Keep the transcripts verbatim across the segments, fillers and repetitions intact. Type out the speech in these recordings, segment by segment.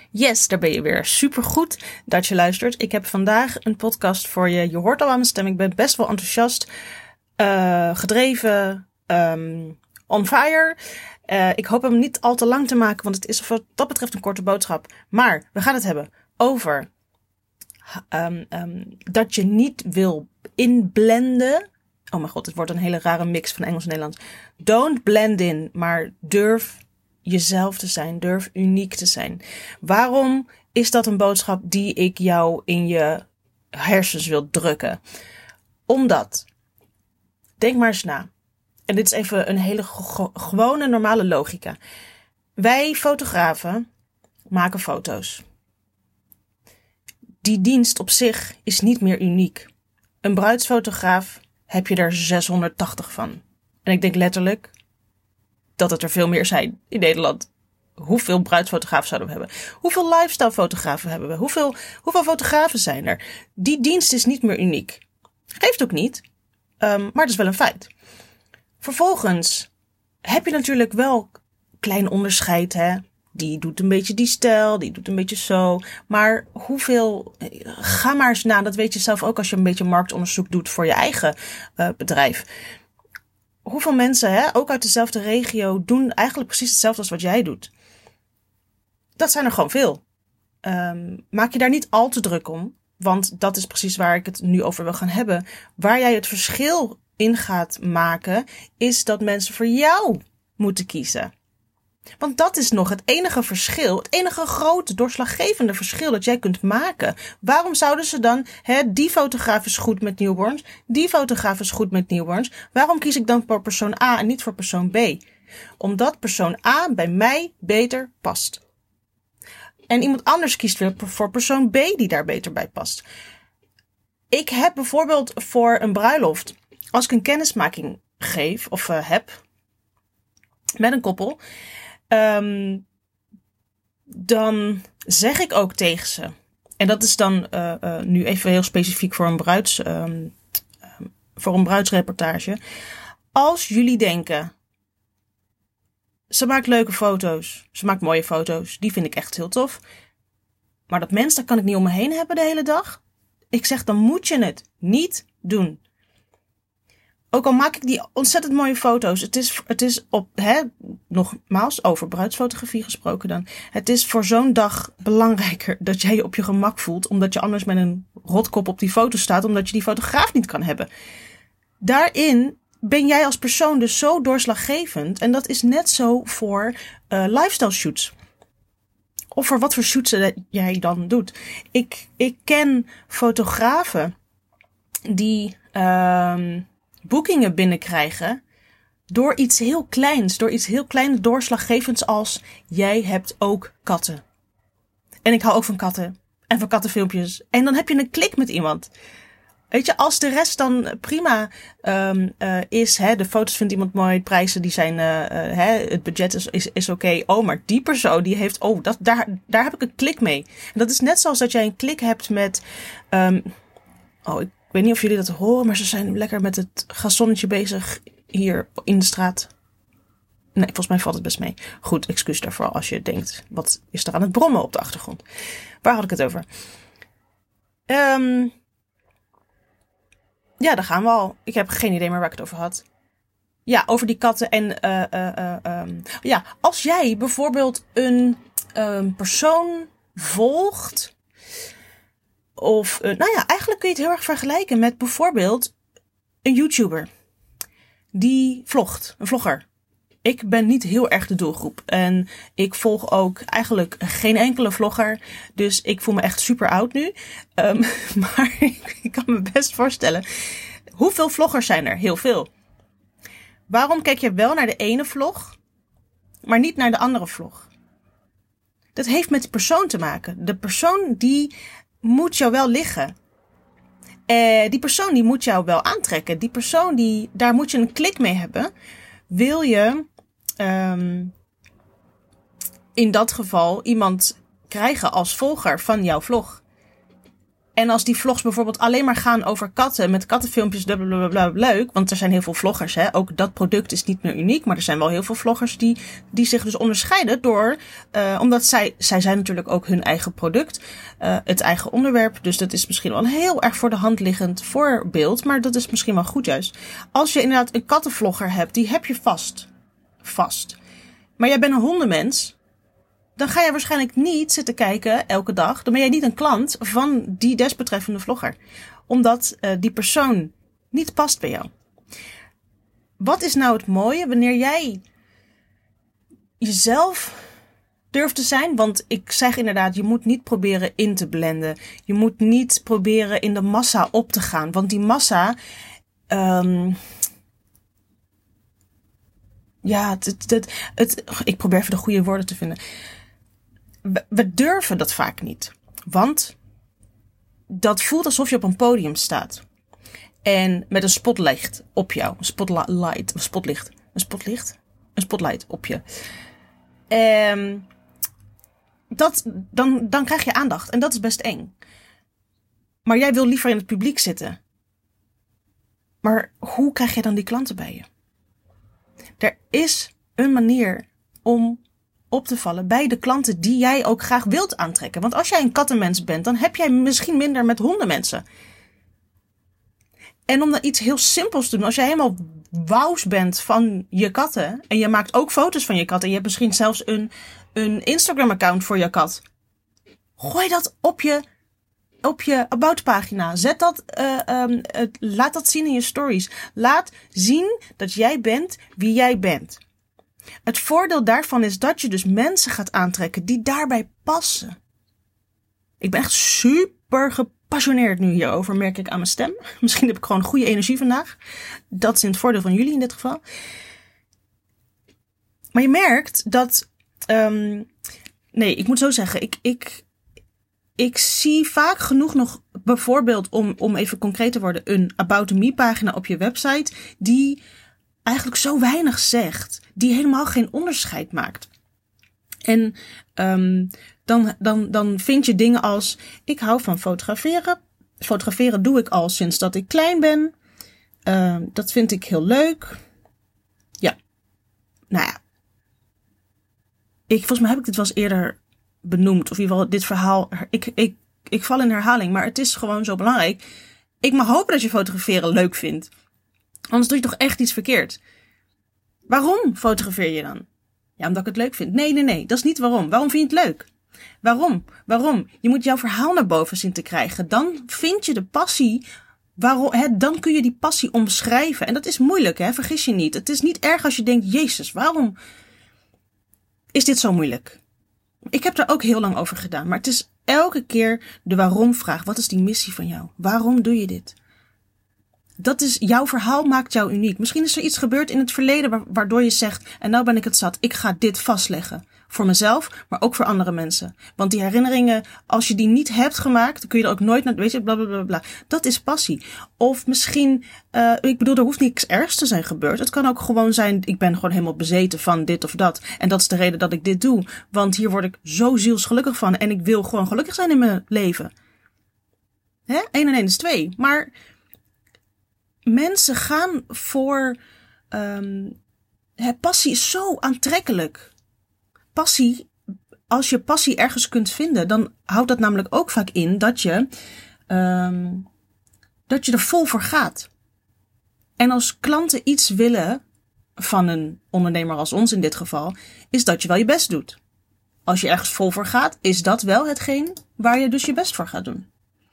Yes, daar ben je weer. Supergoed dat je luistert. Ik heb vandaag een podcast voor je. Je hoort al aan mijn stem. Ik ben best wel enthousiast, uh, gedreven, um, on fire. Uh, ik hoop hem niet al te lang te maken, want het is wat dat betreft een korte boodschap. Maar we gaan het hebben over um, um, dat je niet wil inblenden. Oh mijn god, het wordt een hele rare mix van Engels en Nederlands. Don't blend in, maar durf jezelf te zijn. Durf uniek te zijn. Waarom is dat een boodschap die ik jou in je hersens wil drukken? Omdat, denk maar eens na. En dit is even een hele go- gewone normale logica. Wij fotografen maken foto's. Die dienst op zich is niet meer uniek. Een bruidsfotograaf heb je er zeshonderdtachtig van. En ik denk letterlijk dat het er veel meer zijn in Nederland. Hoeveel bruidsfotografen zouden we hebben? Hoeveel lifestyle fotografen hebben we? Hoeveel, hoeveel fotografen zijn er? Die dienst is niet meer uniek. Geeft ook niet. Um, maar het is wel een feit. Vervolgens heb je natuurlijk wel klein onderscheid, hè. Die doet een beetje die stijl, die doet een beetje zo. Maar hoeveel, ga maar eens na, dat weet je zelf ook als je een beetje marktonderzoek doet voor je eigen uh, bedrijf. Hoeveel mensen, hè, ook uit dezelfde regio, doen eigenlijk precies hetzelfde als wat jij doet. Dat zijn er gewoon veel. Um, maak je daar niet al te druk om, want dat is precies waar ik het nu over wil gaan hebben. Waar jij het verschil in gaat maken, is dat mensen voor jou moeten kiezen. Want dat is nog het enige verschil, het enige grote doorslaggevende verschil dat jij kunt maken. Waarom zouden ze dan, hè, die fotograaf is goed met newborns, die fotograaf is goed met newborns. Waarom kies ik dan voor persoon A en niet voor persoon B? Omdat persoon A bij mij beter past. En iemand anders kiest weer voor persoon B die daar beter bij past. Ik heb bijvoorbeeld voor een bruiloft, als ik een kennismaking geef of uh, heb met een koppel, Um, dan zeg ik ook tegen ze. En dat is dan uh, uh, nu even heel specifiek voor een bruids, um, um, voor een bruidsreportage. Als jullie denken, ze maakt leuke foto's, ze maakt mooie foto's, die vind ik echt heel tof. Maar dat mens, daar kan ik niet om me heen hebben de hele dag. Ik zeg, dan moet je het niet doen. Ook al maak ik die ontzettend mooie foto's. Het is, het is op, hè, nogmaals, over bruidsfotografie gesproken dan. Het is voor zo'n dag belangrijker dat jij je op je gemak voelt. Omdat je anders met een rotkop op die foto staat. Omdat je die fotograaf niet kan hebben. Daarin ben jij als persoon dus zo doorslaggevend. En dat is net zo voor uh, lifestyle shoots. Of voor wat voor shoots jij dan doet. Ik, ik ken fotografen die Uh, boekingen binnenkrijgen door iets heel kleins, door iets heel kleins doorslaggevends als jij hebt ook katten. En ik hou ook van katten en van kattenfilmpjes. En dan heb je een klik met iemand. Weet je, als de rest dan prima um, uh, is, hè, de foto's vindt iemand mooi, prijzen die zijn, uh, uh, hè, het budget is, is, is oké. Okay. Oh, maar die persoon die heeft, oh, dat, daar, daar heb ik een klik mee. En dat is net zoals dat jij een klik hebt met, um, oh, ik Ik weet niet of jullie dat horen, maar ze zijn lekker met het gazonnetje bezig hier in de straat. Nee, volgens mij valt het best mee. Goed, excuus daarvoor als je denkt, wat is er aan het brommen op de achtergrond? Waar had ik het over? Um, ja, daar gaan we al. Ik heb geen idee meer waar ik het over had. Ja, over die katten en uh, uh, uh, um, ja, als jij bijvoorbeeld een um, persoon volgt. Of, uh, nou ja, eigenlijk kun je het heel erg vergelijken met bijvoorbeeld een YouTuber. Die vlogt, een vlogger. Ik ben niet heel erg de doelgroep. En ik volg ook eigenlijk geen enkele vlogger. Dus ik voel me echt super oud nu. Um, maar ik kan me best voorstellen. Hoeveel vloggers zijn er? Heel veel. Waarom kijk je wel naar de ene vlog, maar niet naar de andere vlog? Dat heeft met de persoon te maken. De persoon die moet jou wel liggen. Uh, die persoon die moet jou wel aantrekken. Die persoon die, daar moet je een klik mee hebben. Wil je um, in dat geval iemand krijgen als volger van jouw vlog? En als die vlogs bijvoorbeeld alleen maar gaan over katten, met kattenfilmpjes, blablabla, leuk. Want er zijn heel veel vloggers, hè. Ook dat product is niet meer uniek. Maar er zijn wel heel veel vloggers die, die zich dus onderscheiden door, uh, omdat zij, zij zijn natuurlijk ook hun eigen product, uh, het eigen onderwerp. Dus dat is misschien wel een heel erg voor de hand liggend voorbeeld. Maar dat is misschien wel goed juist. Als je inderdaad een kattenvlogger hebt, die heb je vast. Vast. Maar jij bent een hondenmens. Dan ga je waarschijnlijk niet zitten kijken elke dag. Dan ben jij niet een klant van die desbetreffende vlogger. Omdat uh, die persoon niet past bij jou. Wat is nou het mooie wanneer jij jezelf durft te zijn? Want ik zeg inderdaad, je moet niet proberen in te blenden. Je moet niet proberen in de massa op te gaan. Want die massa... Um, ja, het, het, het, het, ik probeer even de goede woorden te vinden. We durven dat vaak niet. Want dat voelt alsof je op een podium staat. En met een spotlicht op jou. Een spotlight. Een spotlicht. Een spotlicht? Een spotlight op je. En dat, dan, dan krijg je aandacht. En dat is best eng. Maar jij wil liever in het publiek zitten. Maar hoe krijg je dan die klanten bij je? Er is een manier om op te vallen bij de klanten die jij ook graag wilt aantrekken. Want als jij een kattenmens bent, dan heb jij misschien minder met hondenmensen. En om dan iets heel simpels te doen, als jij helemaal wauws bent van je katten, en je maakt ook foto's van je kat, en je hebt misschien zelfs een, een Instagram-account voor je kat. Gooi dat op je, op je About pagina. Zet dat, uh, um, uh, laat dat zien in je stories. Laat zien dat jij bent wie jij bent. Het voordeel daarvan is dat je dus mensen gaat aantrekken die daarbij passen. Ik ben echt super gepassioneerd nu hierover, merk ik aan mijn stem. Misschien heb ik gewoon goede energie vandaag. Dat is in het voordeel van jullie in dit geval. Maar je merkt dat... Um, nee, ik moet zo zeggen. Ik, ik, ik zie vaak genoeg nog bijvoorbeeld, om, om even concreet te worden, een About Me pagina op je website die eigenlijk zo weinig zegt, die helemaal geen onderscheid maakt. En um, dan, dan, dan vind je dingen als, ik hou van fotograferen. Fotograferen doe ik al sinds dat ik klein ben. Uh, dat vind ik heel leuk. Ja, nou ja. Ik, volgens mij heb ik dit wel eens eerder benoemd. Of in ieder geval dit verhaal. Ik, ik, ik val in herhaling, maar het is gewoon zo belangrijk. Ik mag hopen dat je fotograferen leuk vindt. Anders doe je toch echt iets verkeerd. Waarom fotografeer je dan? Ja, omdat ik het leuk vind. Nee, nee, nee. Dat is niet waarom. Waarom vind je het leuk? Waarom? Waarom? Je moet jouw verhaal naar boven zien te krijgen. Dan vind je de passie. Waarom, hè, dan kun je die passie omschrijven. En dat is moeilijk, hè? Vergis je niet. Het is niet erg als je denkt, Jezus, waarom is dit zo moeilijk? Ik heb daar ook heel lang over gedaan. Maar het is elke keer de waarom-vraag. Wat is die missie van jou? Waarom doe je dit? Dat is, jouw verhaal maakt jou uniek. Misschien is er iets gebeurd in het verleden waardoor je zegt, en nou ben ik het zat, ik ga dit vastleggen. Voor mezelf, maar ook voor andere mensen. Want die herinneringen, als je die niet hebt gemaakt, dan kun je er ook nooit naar, weet je, blablabla. Bla, bla. Dat is passie. Of misschien, uh, ik bedoel, er hoeft niks ergs te zijn gebeurd. Het kan ook gewoon zijn, ik ben gewoon helemaal bezeten van dit of dat. En dat is de reden dat ik dit doe. Want hier word ik zo zielsgelukkig van en ik wil gewoon gelukkig zijn in mijn leven. Hè? Eén en één is twee. Maar mensen gaan voor, um, hè, passie is zo aantrekkelijk. Passie, als je passie ergens kunt vinden, dan houdt dat namelijk ook vaak in dat je, um, dat je er vol voor gaat. En als klanten iets willen van een ondernemer als ons in dit geval, is dat je wel je best doet. Als je ergens vol voor gaat, is dat wel hetgeen waar je dus je best voor gaat doen.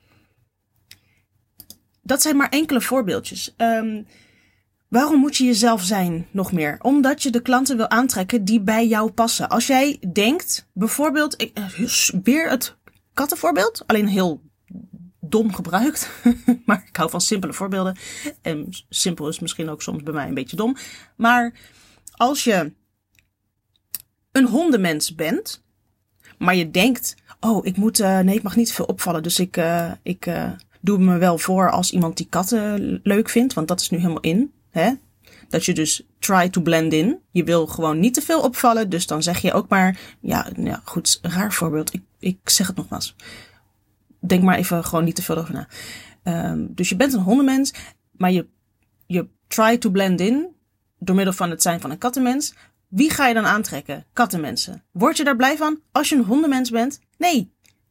Dat zijn maar enkele voorbeeldjes. Um, waarom moet je jezelf zijn nog meer? Omdat je de klanten wil aantrekken die bij jou passen. Als jij denkt, bijvoorbeeld, ik, weer het kattenvoorbeeld, alleen heel dom gebruikt. Maar ik hou van simpele voorbeelden. En simpel is misschien ook soms bij mij een beetje dom. Maar als je een hondenmens bent, maar je denkt, oh, ik moet, uh, nee, ik mag niet veel opvallen, dus ik, uh, ik uh, doe me wel voor als iemand die katten leuk vindt, want dat is nu helemaal in, hè? Dat je dus try to blend in. Je wil gewoon niet te veel opvallen, dus dan zeg je ook maar, ja, ja goed, een raar voorbeeld. Ik, ik zeg het nogmaals. denk maar even gewoon niet te veel over na. Um, dus je bent een hondenmens, maar je, je try to blend in door middel van het zijn van een kattenmens. Wie ga je dan aantrekken? Kattenmensen. Word je daar blij van als je een hondenmens bent? Nee.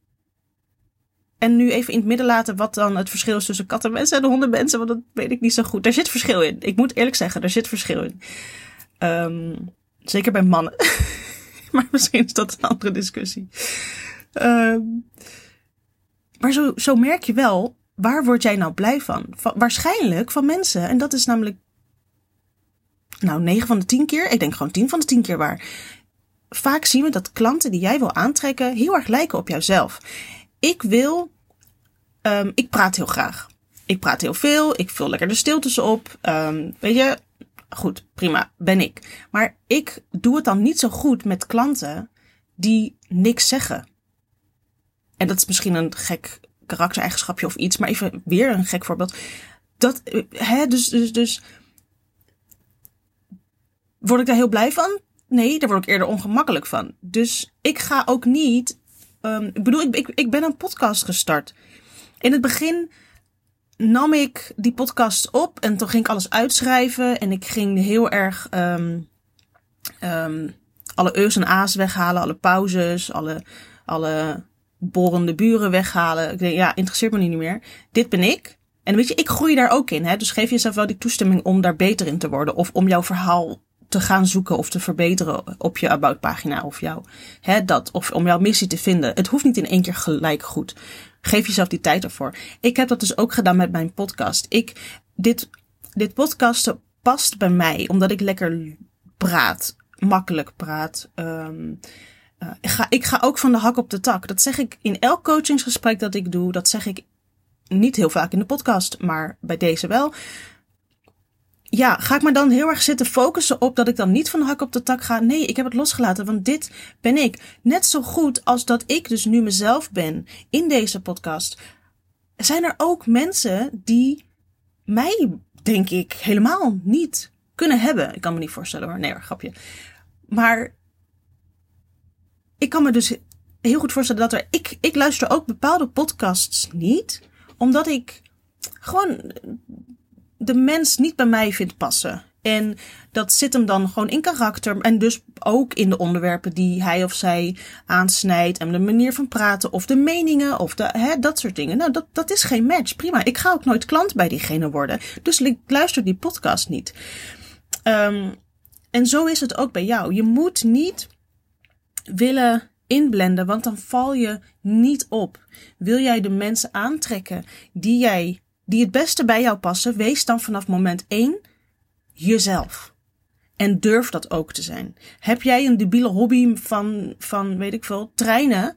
En nu even in het midden laten wat dan het verschil is tussen kattenmensen en hondenmensen, want dat weet ik niet zo goed. Daar zit verschil in. Ik moet eerlijk zeggen, daar zit verschil in. Um, zeker bij mannen. Maar misschien is dat een andere discussie. Um, maar zo, zo merk je wel, waar word jij nou blij van? van? Waarschijnlijk van mensen. En dat is namelijk, nou, negen van de tien keer. Ik denk gewoon tien van de tien keer waar. Vaak zien we dat klanten die jij wil aantrekken heel erg lijken op jouzelf. Ik wil, um, ik praat heel graag. Ik praat heel veel. Ik vul lekker de stiltes op. Um, weet je, goed, prima, ben ik. Maar ik doe het dan niet zo goed met klanten die niks zeggen. En dat is misschien een gek karaktereigenschapje of iets, maar even weer een gek voorbeeld. Dat, hè, dus, dus, dus, word ik daar heel blij van? Nee, daar word ik eerder ongemakkelijk van. Dus ik ga ook niet, um, ik bedoel, ik, ik, ik ben een podcast gestart. In het begin nam ik die podcast op en toen ging ik alles uitschrijven en ik ging heel erg um, um, alle eus en a's weghalen, alle pauzes, alle, alle borrende buren weghalen. Ik denk, ja, interesseert me niet meer. Dit ben ik. En weet je, ik groei daar ook in. Hè? Dus geef jezelf wel die toestemming om daar beter in te worden. Of om jouw verhaal te gaan zoeken of te verbeteren op je About pagina. Of, jou, hè, dat, of om jouw missie te vinden. Het hoeft niet in één keer gelijk goed. Geef jezelf die tijd ervoor. Ik heb dat dus ook gedaan met mijn podcast. Ik, dit, dit podcasten past bij mij. Omdat ik lekker praat. Makkelijk praat. Um, Uh, ik, ga, ik ga ook van de hak op de tak. Dat zeg ik in elk coachingsgesprek dat ik doe. Dat zeg ik niet heel vaak in de podcast, maar bij deze wel. Ja, ga ik me dan heel erg zitten focussen op dat ik dan niet van de hak op de tak ga? Nee, ik heb het losgelaten, want dit ben ik. Net zo goed als dat ik dus nu mezelf ben in deze podcast. Zijn er ook mensen die mij, denk ik, helemaal niet kunnen hebben. Ik kan me niet voorstellen hoor. Nee hoor, grapje. Maar ik kan me dus heel goed voorstellen dat er... Ik, ik luister ook bepaalde podcasts niet. Omdat ik gewoon de mens niet bij mij vind passen. En dat zit hem dan gewoon in karakter. En dus ook in de onderwerpen die hij of zij aansnijdt. En de manier van praten. Of de meningen. Of de, hè, dat soort dingen. Nou, dat, dat is geen match. Prima. Ik ga ook nooit klant bij diegene worden. Dus ik luister die podcast niet. Um, en zo is het ook bij jou. Je moet niet willen inblenden, want dan val je niet op. Wil jij de mensen aantrekken die jij, die het beste bij jou passen, wees dan vanaf moment één jezelf. En durf dat ook te zijn. Heb jij een debiele hobby van, van weet ik veel, treinen?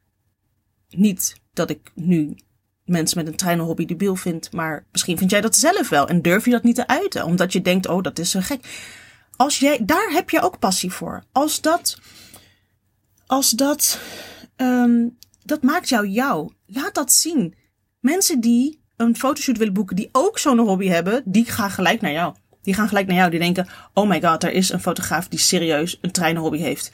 Niet dat ik nu mensen met een treinenhobby debiel vind, maar misschien vind jij dat zelf wel en durf je dat niet te uiten, omdat je denkt, oh, dat is zo gek. Als jij, daar heb je ook passie voor. Als dat Als dat, um, dat maakt jou jou. Laat dat zien. Mensen die een fotoshoot willen boeken, die ook zo'n hobby hebben, die gaan gelijk naar jou. Die gaan gelijk naar jou. Die denken, oh my god, er is een fotograaf die serieus een treinenhobby heeft.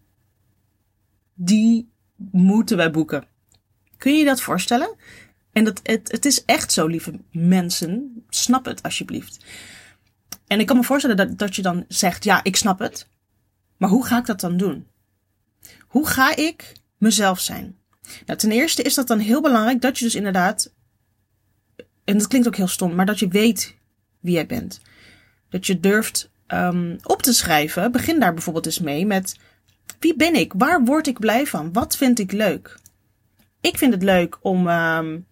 Die moeten wij boeken. Kun je je dat voorstellen? En dat, het, het is echt zo, lieve mensen. Snap het, alsjeblieft. En ik kan me voorstellen dat, dat je dan zegt, ja, ik snap het. Maar hoe ga ik dat dan doen? Hoe ga ik mezelf zijn? Nou, ten eerste is dat dan heel belangrijk dat je dus inderdaad, en dat klinkt ook heel stom, maar dat je weet wie jij bent. Dat je durft um, op te schrijven. Begin daar bijvoorbeeld eens mee met, wie ben ik? Waar word ik blij van? Wat vind ik leuk? Ik vind het leuk om, um,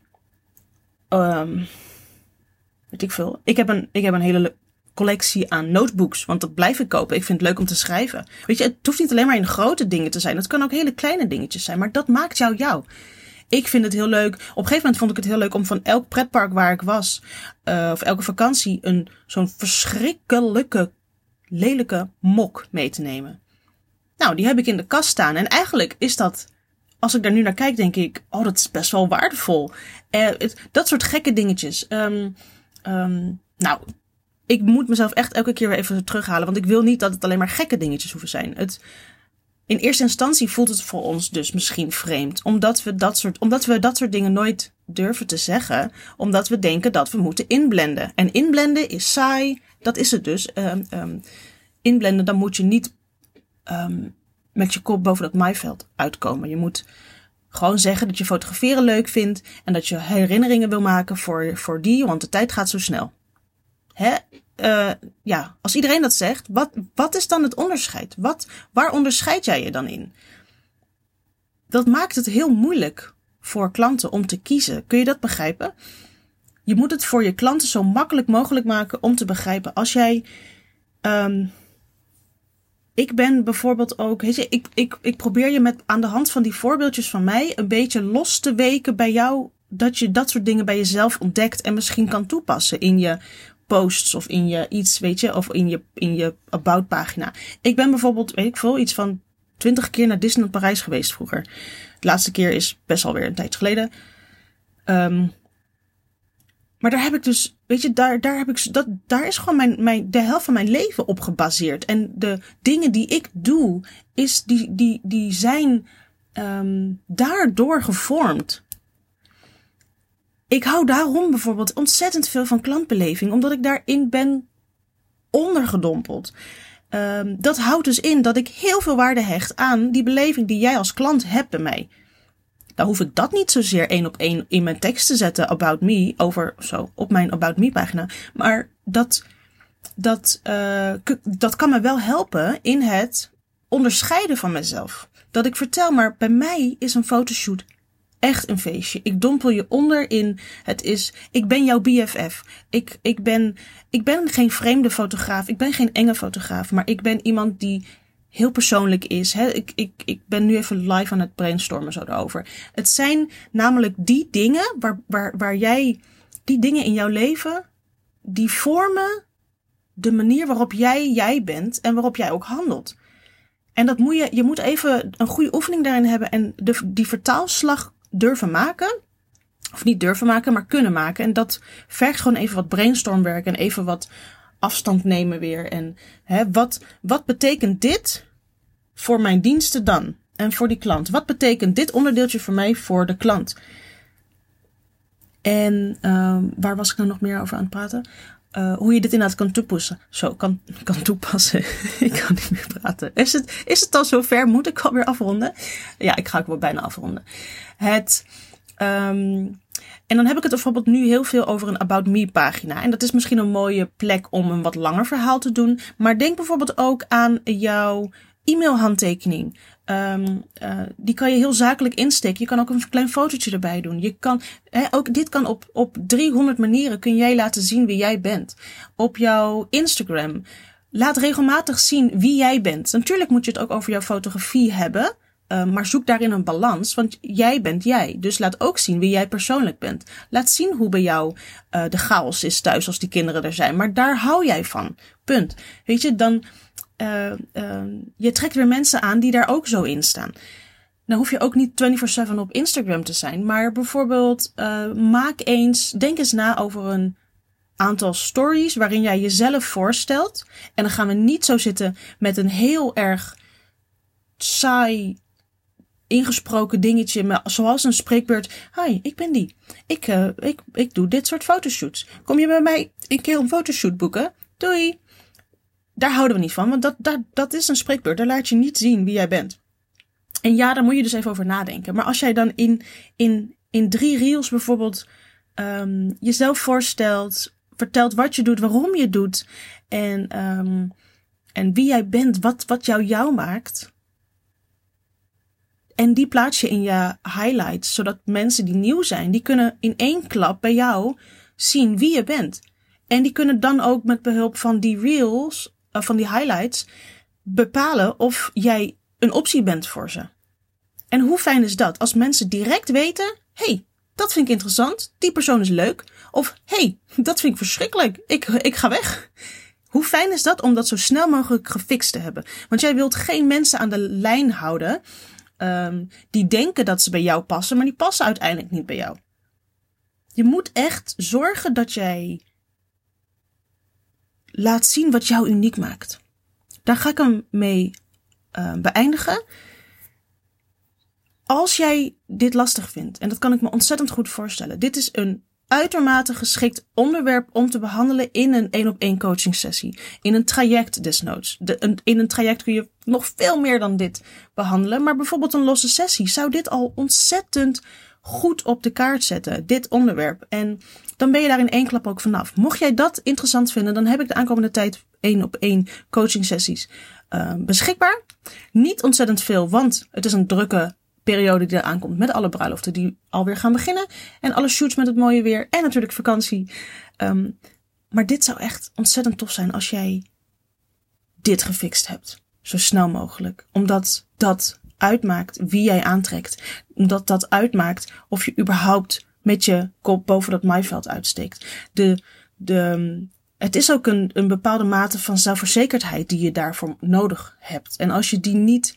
um, weet ik veel. Ik heb een, ik heb een hele le- collectie aan notebooks, want dat blijf ik kopen. Ik vind het leuk om te schrijven. Weet je, het hoeft niet alleen maar in grote dingen te zijn. Het kan ook hele kleine dingetjes zijn, maar dat maakt jou jou. Ik vind het heel leuk. Op een gegeven moment vond ik het heel leuk om van elk pretpark waar ik was, uh, of elke vakantie, een zo'n verschrikkelijke, lelijke mok mee te nemen. Nou, die heb ik in de kast staan. En eigenlijk is dat, als ik daar nu naar kijk, denk ik, oh, dat is best wel waardevol. Uh, het, dat soort gekke dingetjes. Um, um, nou, ik moet mezelf echt elke keer weer even terughalen, want ik wil niet dat het alleen maar gekke dingetjes hoeven zijn. Het, in eerste instantie voelt het voor ons dus misschien vreemd. Omdat we dat soort, omdat we dat soort dingen nooit durven te zeggen. Omdat we denken dat we moeten inblenden. En inblenden is saai. Dat is het dus. Um, um, inblenden, dan moet je niet um, met je kop boven dat maaiveld uitkomen. Je moet gewoon zeggen dat je fotograferen leuk vindt. En dat je herinneringen wil maken voor, voor die. Want de tijd gaat zo snel. Hè? Uh, ja, als iedereen dat zegt, wat, wat is dan het onderscheid? Wat, waar onderscheid jij je dan in? Dat maakt het heel moeilijk voor klanten om te kiezen. Kun je dat begrijpen? Je moet het voor je klanten zo makkelijk mogelijk maken om te begrijpen. Als jij... Um, ik ben bijvoorbeeld ook... Weet je, ik, ik, ik probeer je met aan de hand van die voorbeeldjes van mij een beetje los te weken bij jou. Dat je dat soort dingen bij jezelf ontdekt en misschien kan toepassen in je posts of in je iets, weet je, of in je, in je about pagina. Ik ben bijvoorbeeld, weet ik veel, iets van twintig keer naar Disneyland Parijs geweest vroeger. De laatste keer is best alweer een tijd geleden. Um, maar daar heb ik dus, weet je, daar, daar heb ik, dat, daar is gewoon mijn, mijn, de helft van mijn leven op gebaseerd. En de dingen die ik doe, is die, die, die zijn um, daardoor gevormd. Ik hou daarom bijvoorbeeld ontzettend veel van klantbeleving, omdat ik daarin ben ondergedompeld. Um, dat houdt dus in dat ik heel veel waarde hecht aan die beleving die jij als klant hebt bij mij. Dan hoef ik dat niet zozeer één op één in mijn tekst te zetten, About Me, over zo, op mijn About Me pagina. Maar dat, dat, uh, dat kan me wel helpen in het onderscheiden van mezelf. Dat ik vertel, maar bij mij is een fotoshoot echt een feestje. Ik dompel je onder in, het is, ik ben jouw B F F. Ik, ik ben, ik ben geen vreemde fotograaf. Ik ben geen enge fotograaf. Maar ik ben iemand die heel persoonlijk is. Hè? Ik, ik, ik ben nu even live aan het brainstormen zo erover. Het zijn namelijk die dingen waar, waar, waar jij, die dingen in jouw leven, die vormen de manier waarop jij jij bent en waarop jij ook handelt. En dat moet je, je moet even een goede oefening daarin hebben en de, die vertaalslag durven maken. Of niet durven maken, maar kunnen maken. En dat vergt gewoon even wat brainstormwerk en even wat afstand nemen weer. En hè, wat, wat betekent dit voor mijn diensten dan? En voor die klant? Wat betekent dit onderdeeltje voor mij voor de klant? En uh, waar was ik nou nog meer over aan het praten? Uh, hoe je dit inderdaad kan toepassen. Zo, kan, kan toepassen. Ik kan niet meer praten. Is het, is het al zover? Moet ik alweer afronden? Ja, ik ga ook wel bijna afronden. Het, um, en dan heb ik het bijvoorbeeld nu heel veel over een About Me pagina. En dat is misschien een mooie plek om een wat langer verhaal te doen. Maar denk bijvoorbeeld ook aan jouw e-mailhandtekening. Um, uh, die kan je heel zakelijk insteken. Je kan ook een klein fotootje erbij doen. Je kan, he, ook dit kan op, op driehonderd manieren kun jij laten zien wie jij bent. Op jouw Instagram. Laat regelmatig zien wie jij bent. Natuurlijk moet je het ook over jouw fotografie hebben. Uh, maar zoek daarin een balans. Want jij bent jij. Dus laat ook zien wie jij persoonlijk bent. Laat zien hoe bij jou uh, de chaos is thuis als die kinderen er zijn. Maar daar hou jij van. Punt. Weet je, dan Uh, uh, je trekt weer mensen aan die daar ook zo in staan. Dan hoef je ook niet vierentwintig zeven op Instagram te zijn. Maar bijvoorbeeld uh, maak eens, denk eens na over een aantal stories waarin jij jezelf voorstelt. En dan gaan we niet zo zitten met een heel erg saai ingesproken dingetje, maar zoals een spreekbeurt. Hi, ik ben die. Ik, uh, ik, ik doe dit soort fotoshoots. Kom je bij mij een keer een fotoshoot boeken? Doei! Daar houden we niet van, want dat, dat, dat is een spreekbeurt. Daar laat je niet zien wie jij bent. En ja, daar moet je dus even over nadenken. Maar als jij dan in, in, in drie reels bijvoorbeeld um, jezelf voorstelt, vertelt wat je doet, waarom je het doet en, um, en wie jij bent, wat, wat jou jou maakt. En die plaats je in je highlights, zodat mensen die nieuw zijn, die kunnen in één klap bij jou zien wie je bent. En die kunnen dan ook met behulp van die reels, van die highlights, bepalen of jij een optie bent voor ze. En hoe fijn is dat? Als mensen direct weten, hey, dat vind ik interessant, die persoon is leuk. Of, hey, dat vind ik verschrikkelijk, ik, ik ga weg. Hoe fijn is dat om dat zo snel mogelijk gefixt te hebben? Want jij wilt geen mensen aan de lijn houden, um, die denken dat ze bij jou passen, maar die passen uiteindelijk niet bij jou. Je moet echt zorgen dat jij laat zien wat jou uniek maakt. Daar ga ik hem mee uh, beëindigen. Als jij dit lastig vindt, en dat kan ik me ontzettend goed voorstellen. Dit is een uitermate geschikt onderwerp om te behandelen in een één op één coaching sessie. In een traject desnoods. De, een, in een traject kun je nog veel meer dan dit behandelen. Maar bijvoorbeeld een losse sessie zou dit al ontzettend goed op de kaart zetten. Dit onderwerp. En dan ben je daar in één klap ook vanaf. Mocht jij dat interessant vinden, dan heb ik de aankomende tijd één op één coaching sessies uh, beschikbaar. Niet ontzettend veel, want het is een drukke periode die eraan komt met alle bruiloften die alweer gaan beginnen. En alle shoots met het mooie weer. En natuurlijk vakantie. Um, maar dit zou echt ontzettend tof zijn als jij dit gefixt hebt. Zo snel mogelijk. Omdat dat uitmaakt wie jij aantrekt. Omdat dat uitmaakt of je überhaupt met je kop boven dat maaiveld uitsteekt. De, de, het is ook een, een bepaalde mate van zelfverzekerdheid die je daarvoor nodig hebt. En als je die niet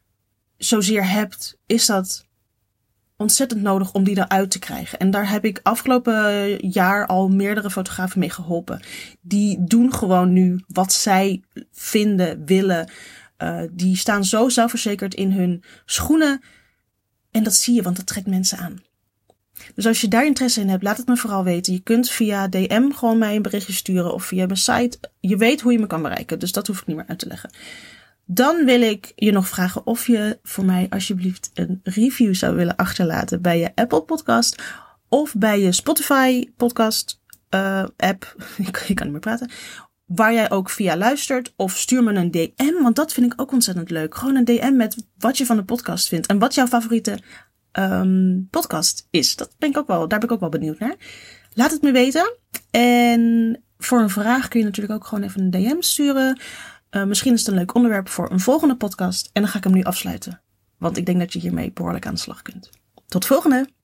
zozeer hebt, is dat ontzettend nodig om die eruit te krijgen. En daar heb ik afgelopen jaar al meerdere fotografen mee geholpen. Die doen gewoon nu wat zij vinden, willen. Uh, die staan zo zelfverzekerd in hun schoenen. En dat zie je, want dat trekt mensen aan. Dus als je daar interesse in hebt, laat het me vooral weten. Je kunt via D M gewoon mij een berichtje sturen of via mijn site. Je weet hoe je me kan bereiken, dus dat hoef ik niet meer uit te leggen. Dan wil ik je nog vragen of je voor mij alsjeblieft een review zou willen achterlaten bij je Apple Podcast of bij je Spotify Podcast uh, app. Ik kan niet meer praten. Waar jij ook via luistert, of stuur me een D M, want dat vind ik ook ontzettend leuk. Gewoon een D M met wat je van de podcast vindt en wat jouw favoriete um, podcast is. Dat ben ik ook wel, daar ben ik ook wel benieuwd naar. Laat het me weten. En voor een vraag kun je natuurlijk ook gewoon even een D M sturen. Uh, misschien is het een leuk onderwerp voor een volgende podcast. En dan ga ik hem nu afsluiten. Want ik denk dat je hiermee behoorlijk aan de slag kunt. Tot volgende!